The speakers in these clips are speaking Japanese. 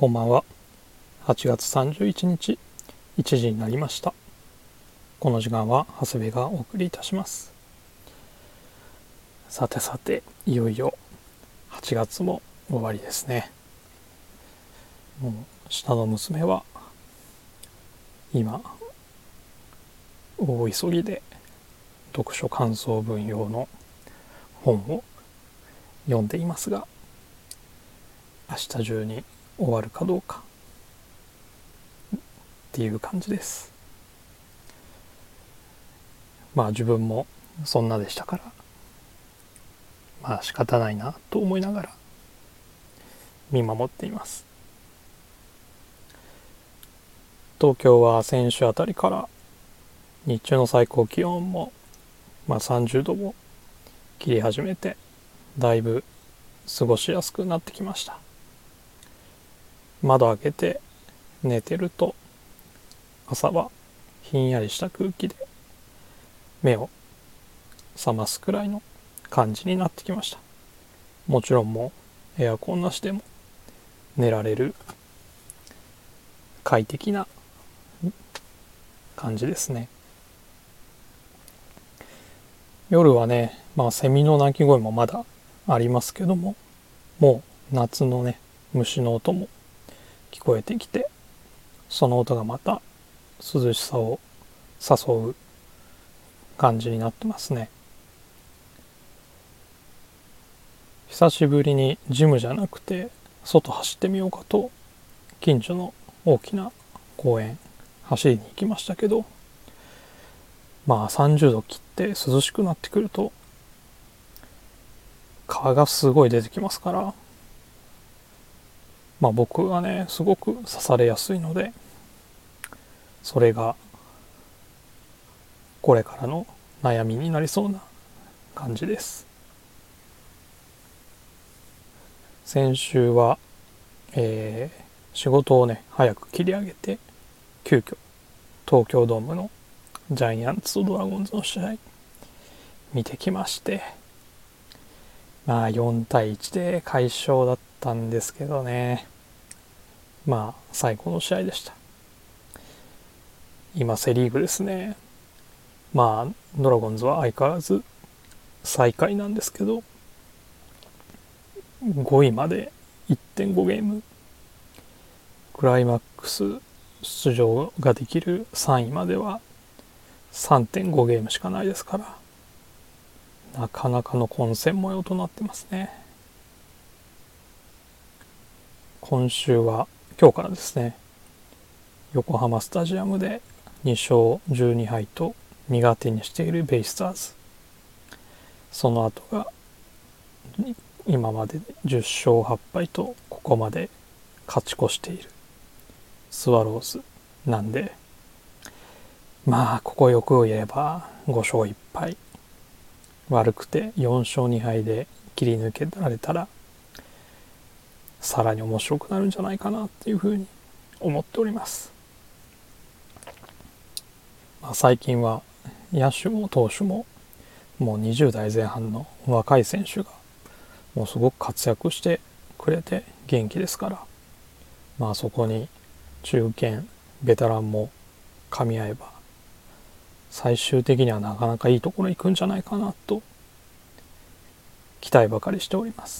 こんばんは。8月31日1時になりました。この時間は長谷部がお送りいたします。さて、いよいよ8月も終わりですね。もう下の娘は今大急ぎで読書感想文用の本を読んでいますが、明日中に終わるかどうかっていう感じです。自分もそんなでしたから、仕方ないなと思いながら見守っています。東京は先週あたりから日中の最高気温も30度を切り始めて、だいぶ過ごしやすくなってきました。窓開けて寝てると朝はひんやりした空気で目を覚ますくらいの感じになってきました。もちろんもうエアコンなしでも寝られる快適な感じですね。夜はね、セミの鳴き声もまだありますけども、もう夏のね虫の音も聞こえてきて、その音がまた涼しさを誘う感じになってますね。久しぶりにジムじゃなくて外走ってみようかと近所の大きな公園走りに行きましたけど、30度切って涼しくなってくると蚊がすごい出てきますから、僕はねすごく刺されやすいので、それがこれからの悩みになりそうな感じです。先週は、仕事をね早く切り上げて、急遽東京ドームのジャイアンツとドラゴンズの試合見てきまして、4対1で快勝だったんですけどね、最高の試合でした。今セリーグですね。ドラゴンズは相変わらず最下位なんですけど、5位まで 1.5 ゲーム、クライマックス出場ができる3位までは 3.5 ゲームしかないですから、なかなかの混戦模様となってますね。今週は今日からですね、横浜スタジアムで2勝12敗と苦手にしているベイスターズ、その後が今までで10勝8敗とここまで勝ち越しているスワローズなんで、ここよくを言えば5勝1敗、悪くて4勝2敗で切り抜けられたらさらに面白くなるんじゃないかなっていうふうに思っております。最近は野手も投手ももう20代前半の若い選手がもうすごく活躍してくれて元気ですから、そこに中堅ベテランも噛み合えば最終的にはなかなかいいところに行くんじゃないかなと期待ばかりしております。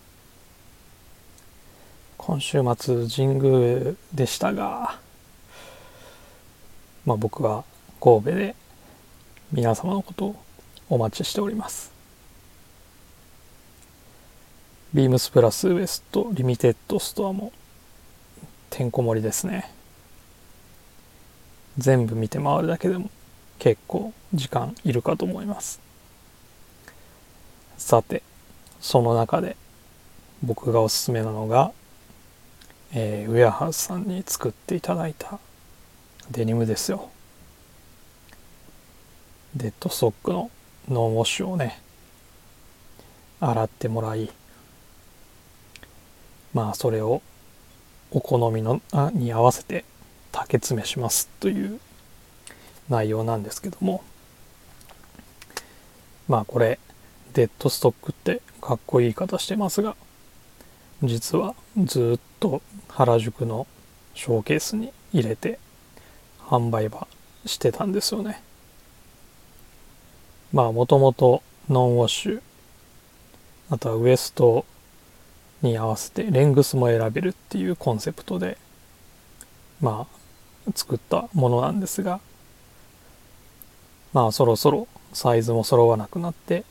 今週末神宮でしたが、僕は神戸で皆様のことをお待ちしております。ビームスプラスウエストリミテッドストアもてんこ盛りですね。全部見て回るだけでも結構時間いるかと思います。さて、その中で僕がおすすめなのが、ウェアハウスさんに作っていただいたデニムですよ。デッドストックのノンウォッシュをね洗ってもらい、それをお好みのに合わせて竹詰めしますという内容なんですけども、これデッドストックってかっこいい言い方してますが、 実はずっと原宿のショーケースに入れて販売はしてたんですよね。まあもともとノンウォッシュ、あとはウエストに合わせてレングスも選べるっていうコンセプトでまあ作ったものなんですが、まあそろそろサイズも揃わなくなって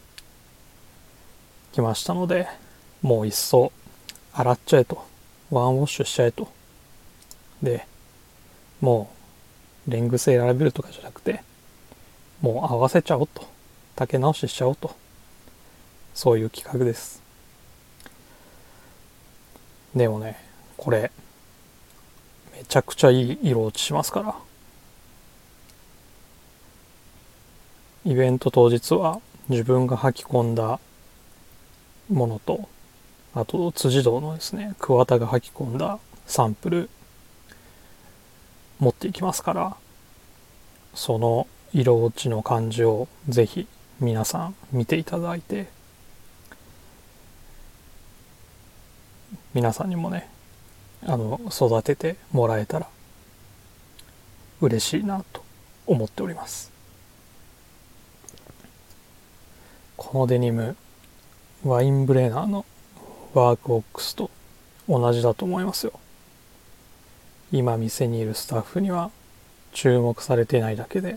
きましたので、もういっそ洗っちゃえと、ワンウォッシュしちゃえと。でもうレングス選べるとかじゃなくて、もう合わせちゃおうと、丈直ししちゃおうと、そういう企画です。でもね、これめちゃくちゃいい色落ちしますから。イベント当日は自分が履き込んだものと、あと辻堂のですね、桑田が履き込んだサンプル持っていきますから、その色落ちの感じをぜひ皆さん見ていただいて、皆さんにもね、育ててもらえたら嬉しいなと思っております。このデニム、ワインブレーナーのワークオックスと同じだと思いますよ。今店にいるスタッフには注目されていないだけで、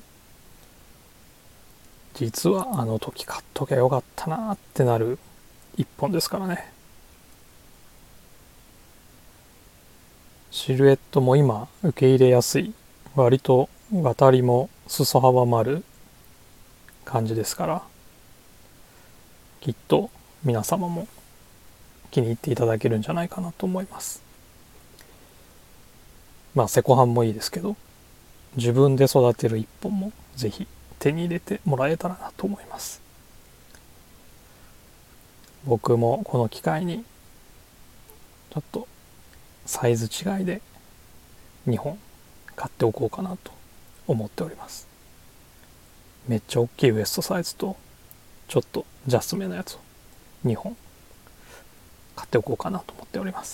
実はあの時買っときゃよかったなってなる一本ですからね。シルエットも今受け入れやすい、割と渡りも裾幅もある感じですから、きっと皆様も気に入っていただけるんじゃないかなと思います。まあセコハンもいいですけど、自分で育てる一本もぜひ手に入れてもらえたらなと思います。僕もこの機会にちょっとサイズ違いで2本買っておこうかなと思っております。めっちゃ大きいウエストサイズとちょっとジャストめのやつを2本買っておこうかなと思っております。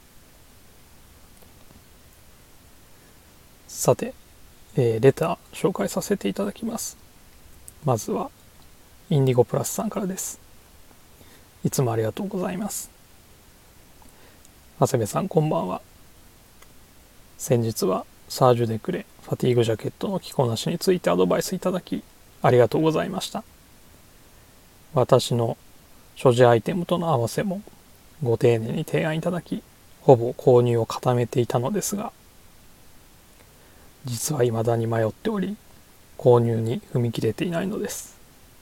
さて、レター紹介させていただきます。まずはインディゴプラスさんからです。いつもありがとうございます。長谷部さんこんばんは。先日はサージュデクレファティーグジャケットの着こなしについてアドバイスいただきありがとうございました。私の所持アイテムとの合わせもご丁寧に提案いただき、ほぼ購入を固めていたのですが、実は未だに迷っており購入に踏み切れていないのです。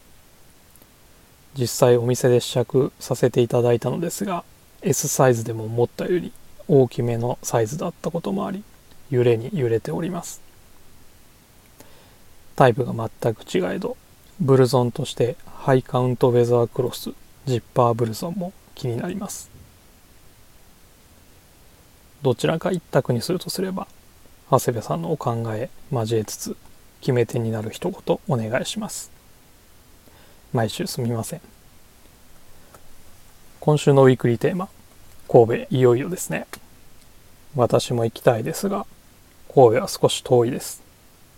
実際お店で試着させていただいたのですが、 S サイズでも思ったより大きめのサイズだったこともあり、揺れに揺れております。タイプが全く違えど、ブルゾンとしてハイカウントウェザークロスジッパーブルゾンも気になります。どちらか一択にするとすれば、長谷部さんのお考え交えつつ決め手になる一言お願いします。毎週すみません。今週のウィークリーテーマ、神戸いよいよですね。私も行きたいですが、神戸は少し遠いです。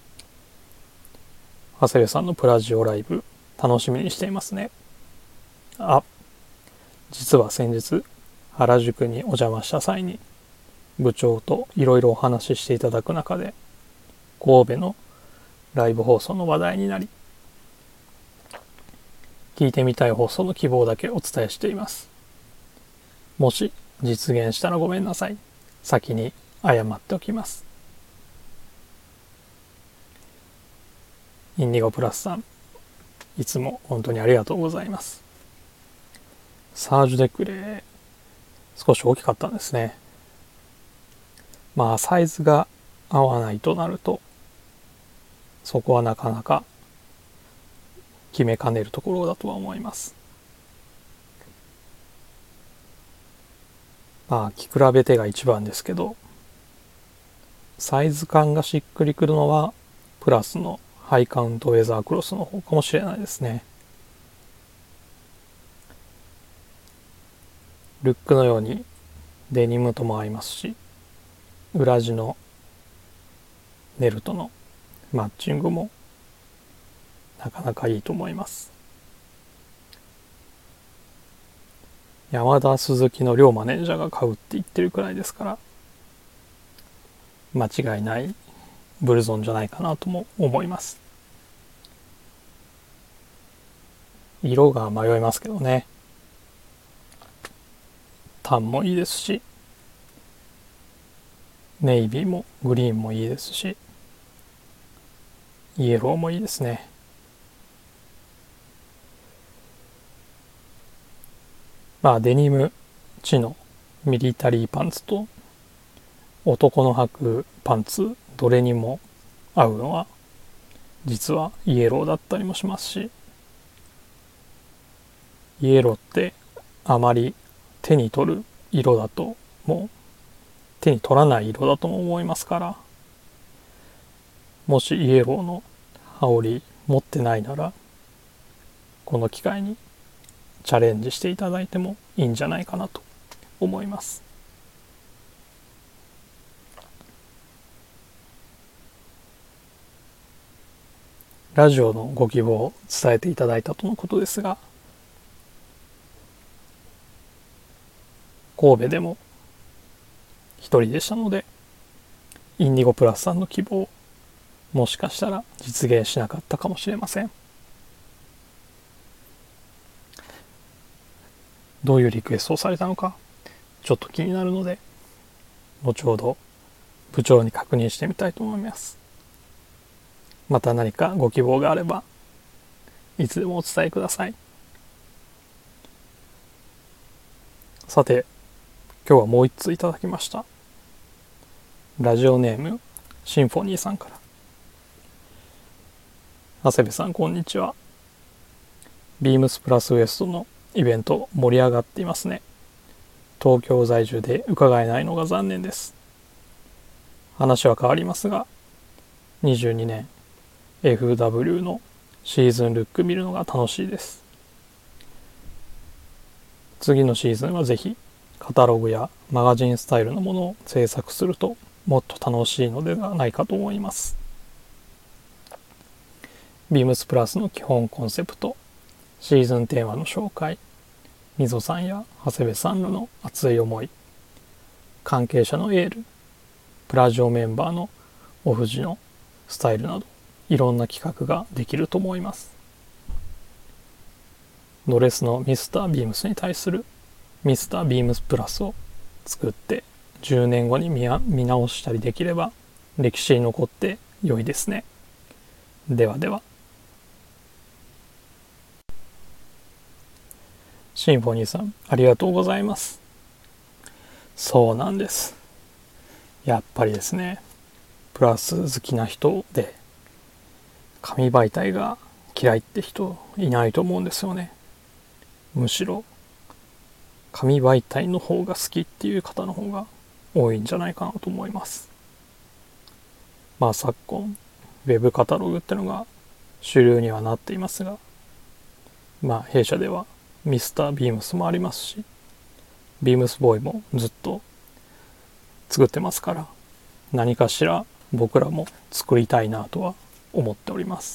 長谷部さんのプラジオライブ楽しみにしていますね。あ、実は先日原宿にお邪魔した際に部長といろいろお話ししていただく中で、神戸のライブ放送の話題になり、聞いてみたい放送の希望だけお伝えしています。もし実現したらごめんなさい。先に謝っておきます。インディゴプラスさん、いつも本当にありがとうございます。サージュデクレ少し大きかったんですね。まあサイズが合わないとなると、そこはなかなか決めかねるところだとは思います。まあ着比べてが一番ですけど、サイズ感がしっくりくるのはプラスのハイカウントウェザークロスの方かもしれないですね。 ルックのようにデニムとも合いますし、裏地のネルとのマッチングもなかなかいいと思います。山田鈴木の両マネージャーが買うって言ってるくらいですから、間違いないブルゾンじゃないかなとも思います。色が迷いますけどね。タンもいいですし、ネイビーもグリーンもいいですし、イエローもいいですね。まあデニムチノミリタリーパンツと男の履くパンツどれにも合うのは実はイエローだったりもしますし、イエローってあまり手に取る色だともう手に取らない色だとも思いますから、もしイエローの羽織持ってないならこの機会にチャレンジしていただいてもいいんじゃないかなと思います。ラジオのご希望を伝えていただいたとのことですが、神戸でも一人でしたので、インディゴプラスさんの希望もしかしたら実現しなかったかもしれません。どういうリクエストをされたのかちょっと気になるので、後ほど部長に確認してみたいと思います。また何かご希望があればいつでもお伝えください。さて、今日はもう一通いただきました。ラジオネームシンフォニーさんから。長谷部さん、こんにちは。ビームスプラスウエストのイベント盛り上がっていますね。東京在住で伺えないのが残念です。話は変わりますが、22年 FW のシーズンルック見るのが楽しいです。次のシーズンはぜひカタログやマガジンスタイルのものを制作するともっと楽しいのではないかと思います。ビームスプラスの基本コンセプト、シーズンテーマの紹介、みぞさんや長谷部さんらの熱い思い、関係者のエール、プラジオメンバーのオフ時のスタイルなど、いろんな企画ができると思います。ドレスのミスタービームスに対するミスタービームスプラスを作って10年後に見直したりできれば歴史に残って良いですね。ではでは。シンフォニーさん、ありがとうございます。そうなんです。やっぱりですね、プラス好きな人で紙媒体が嫌いって人いないと思うんですよね。むしろ紙媒体の方が好きっていう方の方が多いんじゃないかなと思います。まあ昨今ウェブカタログってのが主流にはなっていますが、まあ弊社ではミスタービームスもありますし、ビームスボーイもずっと作ってますから、何かしら僕らも作りたいなとは思っております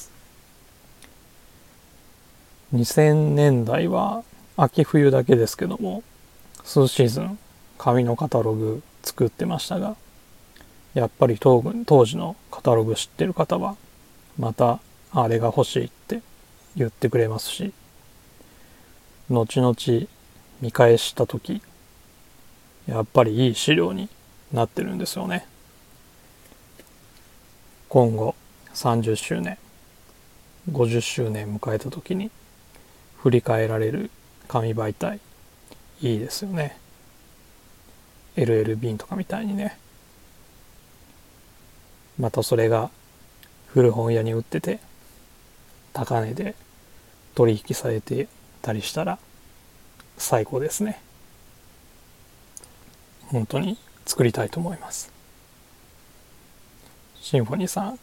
。2000年代は秋冬だけですけども数シーズン紙のカタログ作ってましたが、やっぱり当時のカタログ知ってる方はまたあれが欲しいって言ってくれますし、後々見返した時やっぱりいい資料になってるんですよね。今後30周年50周年迎えた時に振り返られる紙媒体いいですよね。 LL ビンとかみたいにね。またそれが古本屋に売ってて高値で取引されてたりしたら最高ですね。本当に作りたいと思います。シンフォニーさん、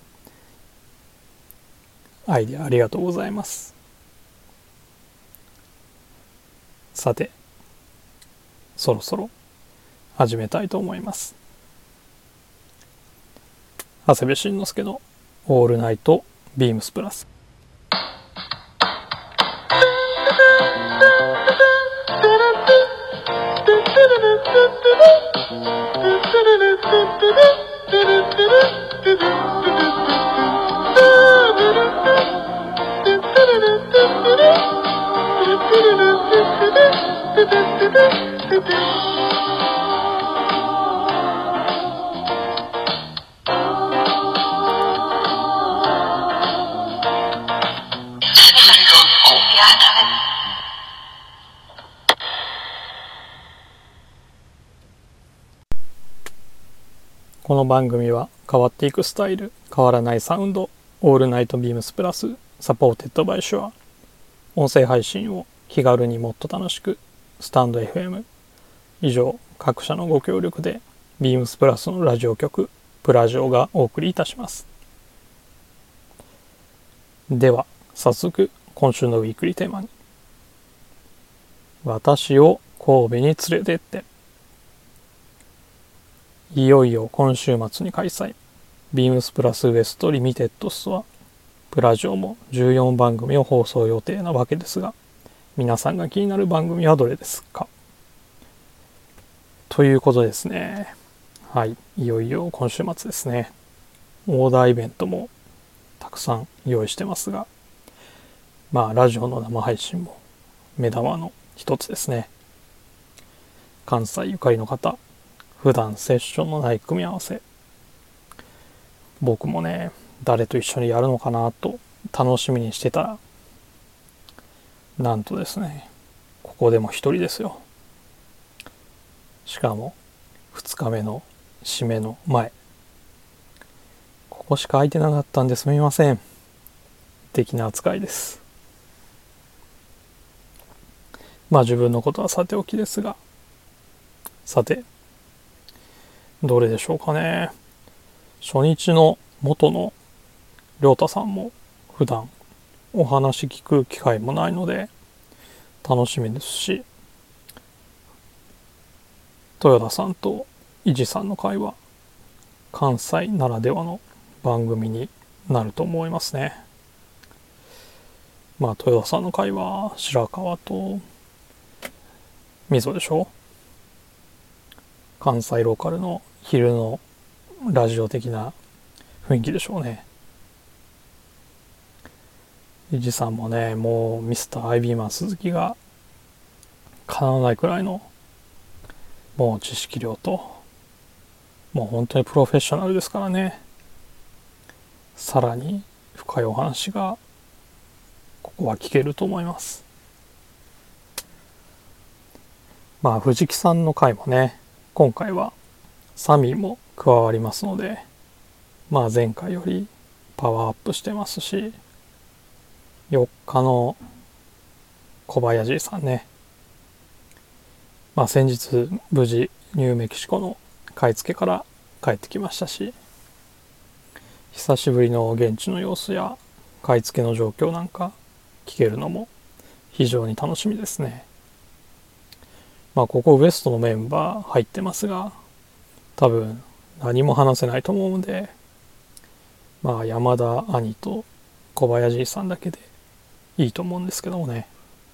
アイデアありがとうございます。さて、 そろそろ始めたいと思います。長谷部慎之介のオールナイトビームスプラス。この番組は変わっていくスタイル、変わらないサウンド、オールナイトビームスプラス、サポーテッドバイシュア。音声配信を気軽にもっと楽しく、スタンド FM。以上、各社のご協力で、ビームスプラスのラジオ局、プラジオがお送りいたします。では、早速、今週のウィークリーテーマに。私を神戸に連れてって。いよいよ今週末に開催。ビームスプラスウエストリミテッドストア。プラジオも14番組を放送予定なわけですが、皆さんが気になる番組はどれですか？ということですね。はい。いよいよ今週末ですね。オーダーイベントもたくさん用意してますが、ラジオの生配信も目玉の一つですね。関西ゆかりの方、普段セッションのない組み合わせ。僕もね、誰と一緒にやるのかなと楽しみにしてたら、なんとですね、ここでも一人ですよ。しかも2日目の締めの前。ここしか空いてなかったんですみません。的な扱いです。自分のことはさておきですが、さて、どれでしょうかね。初日の元の亮太さんも普段お話聞く機会もないので楽しみですし、豊田さんと伊地さんの会は関西ならではの番組になると思いますね。豊田さんの会は白川と溝でしょ。関西ローカルの昼のラジオ的な雰囲気でしょうね。伊地さんもね、もうミスターアイビーマン鈴木がかなわないくらいのもう知識量と、もう本当にプロフェッショナルですからね。さらに深いお話がここは聞けると思います。藤木さんの回もね、今回はサミーも加わりますので、前回よりパワーアップしてますし、4日の小林さんね、先日無事ニューメキシコの買い付けから帰ってきましたし、久しぶりの現地の様子や買い付けの状況なんか聞けるのも非常に楽しみですね。ここウエストのメンバー入ってますが、多分何も話せないと思うので、山田兄と小林さんだけでいいと思うんですけどもね。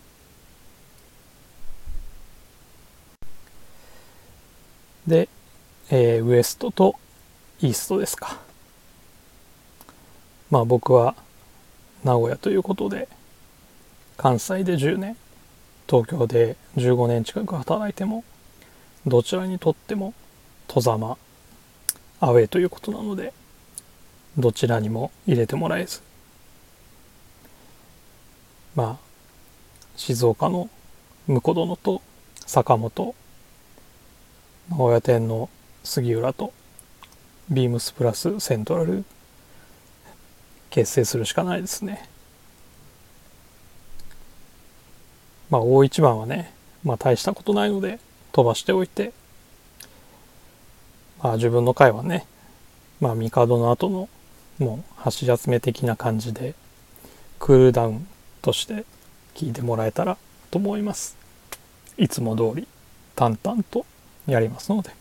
で、ウエストとイーストですか。僕は名古屋ということで、関西で10年、東京で15年近く働いても、どちらにとっても戸様アウェイということなので、どちらにも入れてもらえず、静岡の婿殿と坂本、名古屋店の杉浦とビームスプラスセントラル結成するしかないですね。大一番はね、大したことないので飛ばしておいて、自分の回はね、帝の後のもう箸休め的な感じでクールダウンとして聞いてもらえたらと思います。いつも通り淡々とやりますので、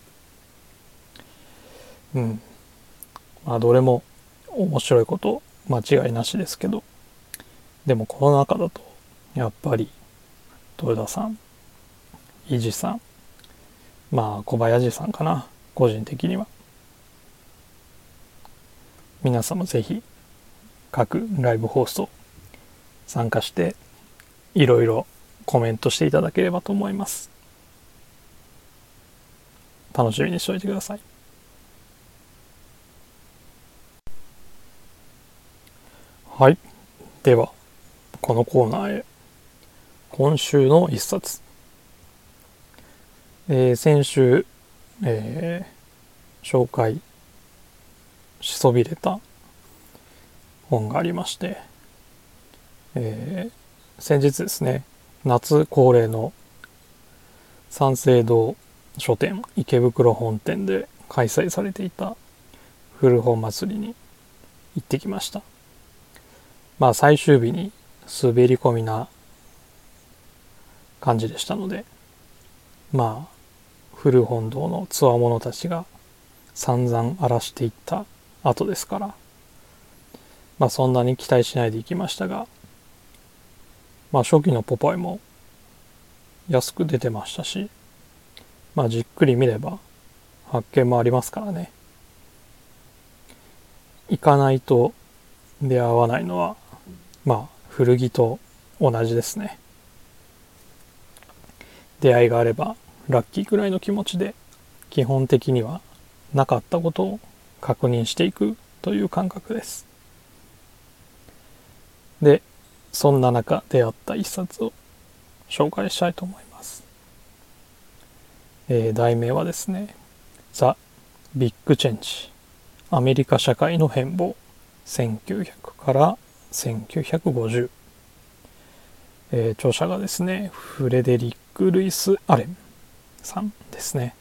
どれも面白いこと間違いなしですけど、でもこの中だとやっぱり豊田さん、伊地さん、小林さんかな、個人的には。皆様ぜひ各ライブ放送参加していろいろコメントしていただければと思います。楽しみにしておいてください。はい。ではこのコーナーへ、今週の一冊。先週、紹介しそびれた本がありまして、先日ですね、夏恒例の三省堂書店池袋本店で開催されていた古本祭りに行ってきました。最終日に滑り込みな感じでしたので、古本堂のつわものたちが散々荒らしていった後ですから、そんなに期待しないで行きましたが、初期のポパイも安く出てましたし、じっくり見れば発見もありますからね。行かないと出会わないのは古着と同じですね。出会いがあればラッキーくらいの気持ちで、基本的にはなかったことを確認していくという感覚です。で、そんな中出会った一冊を紹介したいと思います。題名はですね、ザ・ビッグ・チェンジ、アメリカ社会の変貌、1900から1950。著者がですね、フレデリック・ルイス・アレンさんですね。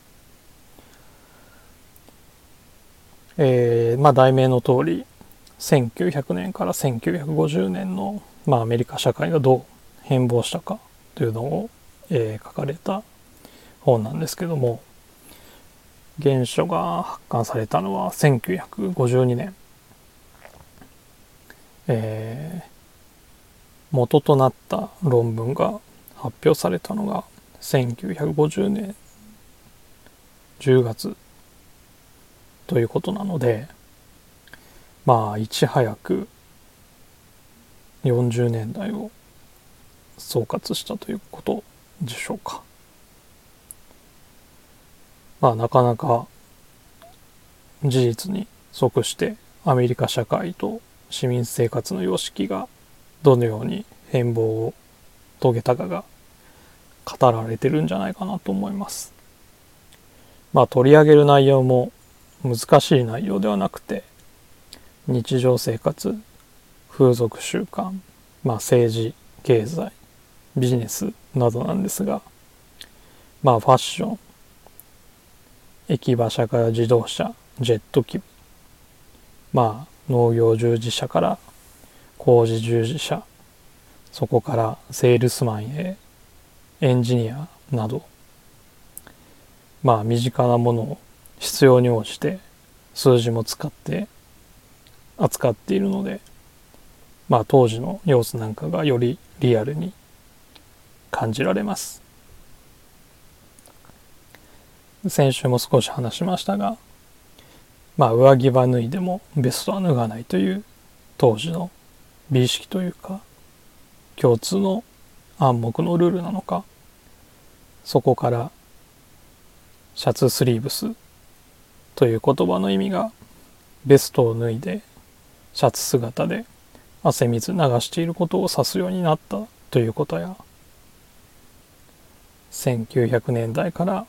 題名の通り、1900年から1950年の、アメリカ社会がどう変貌したかというのを、書かれた本なんですけども、原書が発刊されたのは1952年。元となった論文が発表されたのが1950年10月ということなので、いち早く40年代を総括したということでしょうか。なかなか事実に即してアメリカ社会と市民生活の様式がどのように変貌を遂げたかが語られてるんじゃないかなと思います。取り上げる内容も難しい内容ではなくて、日常生活、風俗習慣、政治、経済、ビジネスなどなんですが、ファッション、駅馬車から自動車、ジェット機、農業従事者から工事従事者、そこからセールスマンへエンジニアなど、身近なものを必要に応じて数字も使って扱っているので、当時の様子なんかがよりリアルに感じられます。先週も少し話しましたが、上着は脱いでもベストは脱がないという当時の美意識というか共通の暗黙のルールなのか、そこからシャツスリーブスという言葉の意味がベストを脱いでシャツ姿で汗水流していることを指すようになったということや、1900年代から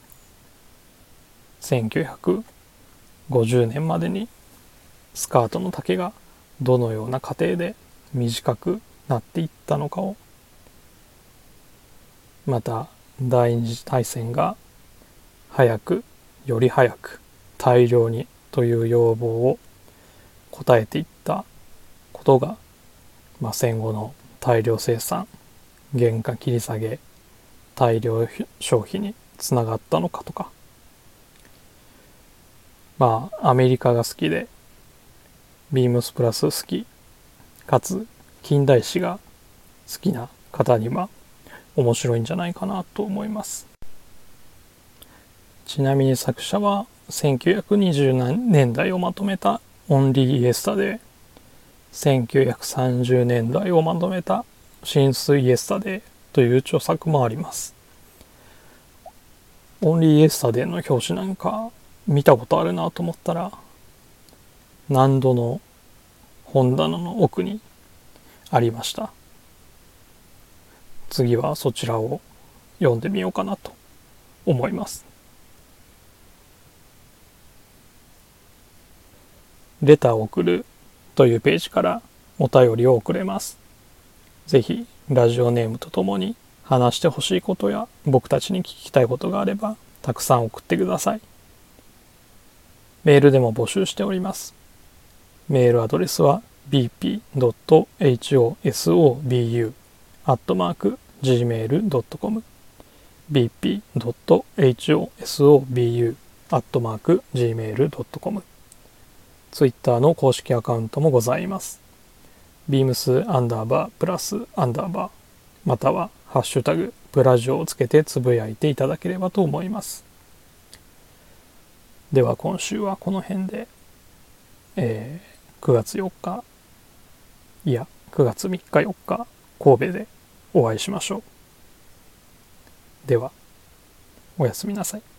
1950年までにスカートの丈がどのような過程で短くなっていったのかを、また第二次大戦が早く、より早く、大量にという要望を応えていったことが、戦後の大量生産、原価切り下げ、大量消費につながったのかとか、まあアメリカが好きでビームスプラス好きかつ近代史が好きな方には面白いんじゃないかなと思います。ちなみに作者は1920年代をまとめたオンリー・イエスタデイ、1930年代をまとめたシンス・イエスタデイという著作もあります。オンリー・イエスタデイの表紙なんか見たことあるなと思ったら、何度の本棚の奥にありました。次はそちらを読んでみようかなと思います。レターを送るというページからお便りを送れます。ぜひラジオネームとともに話してほしいことや僕たちに聞きたいことがあればたくさん送ってください。メールでも募集しております。メールアドレスは bp.hosobu@gmail.com bp.hosobu@gmail.com ツイッターの公式アカウントもございます。beams_+_またはハッシュタグプラジオをつけてつぶやいていただければと思います。では今週はこの辺で、9月4日いや9月3日4日神戸でお会いしましょう。ではおやすみなさい。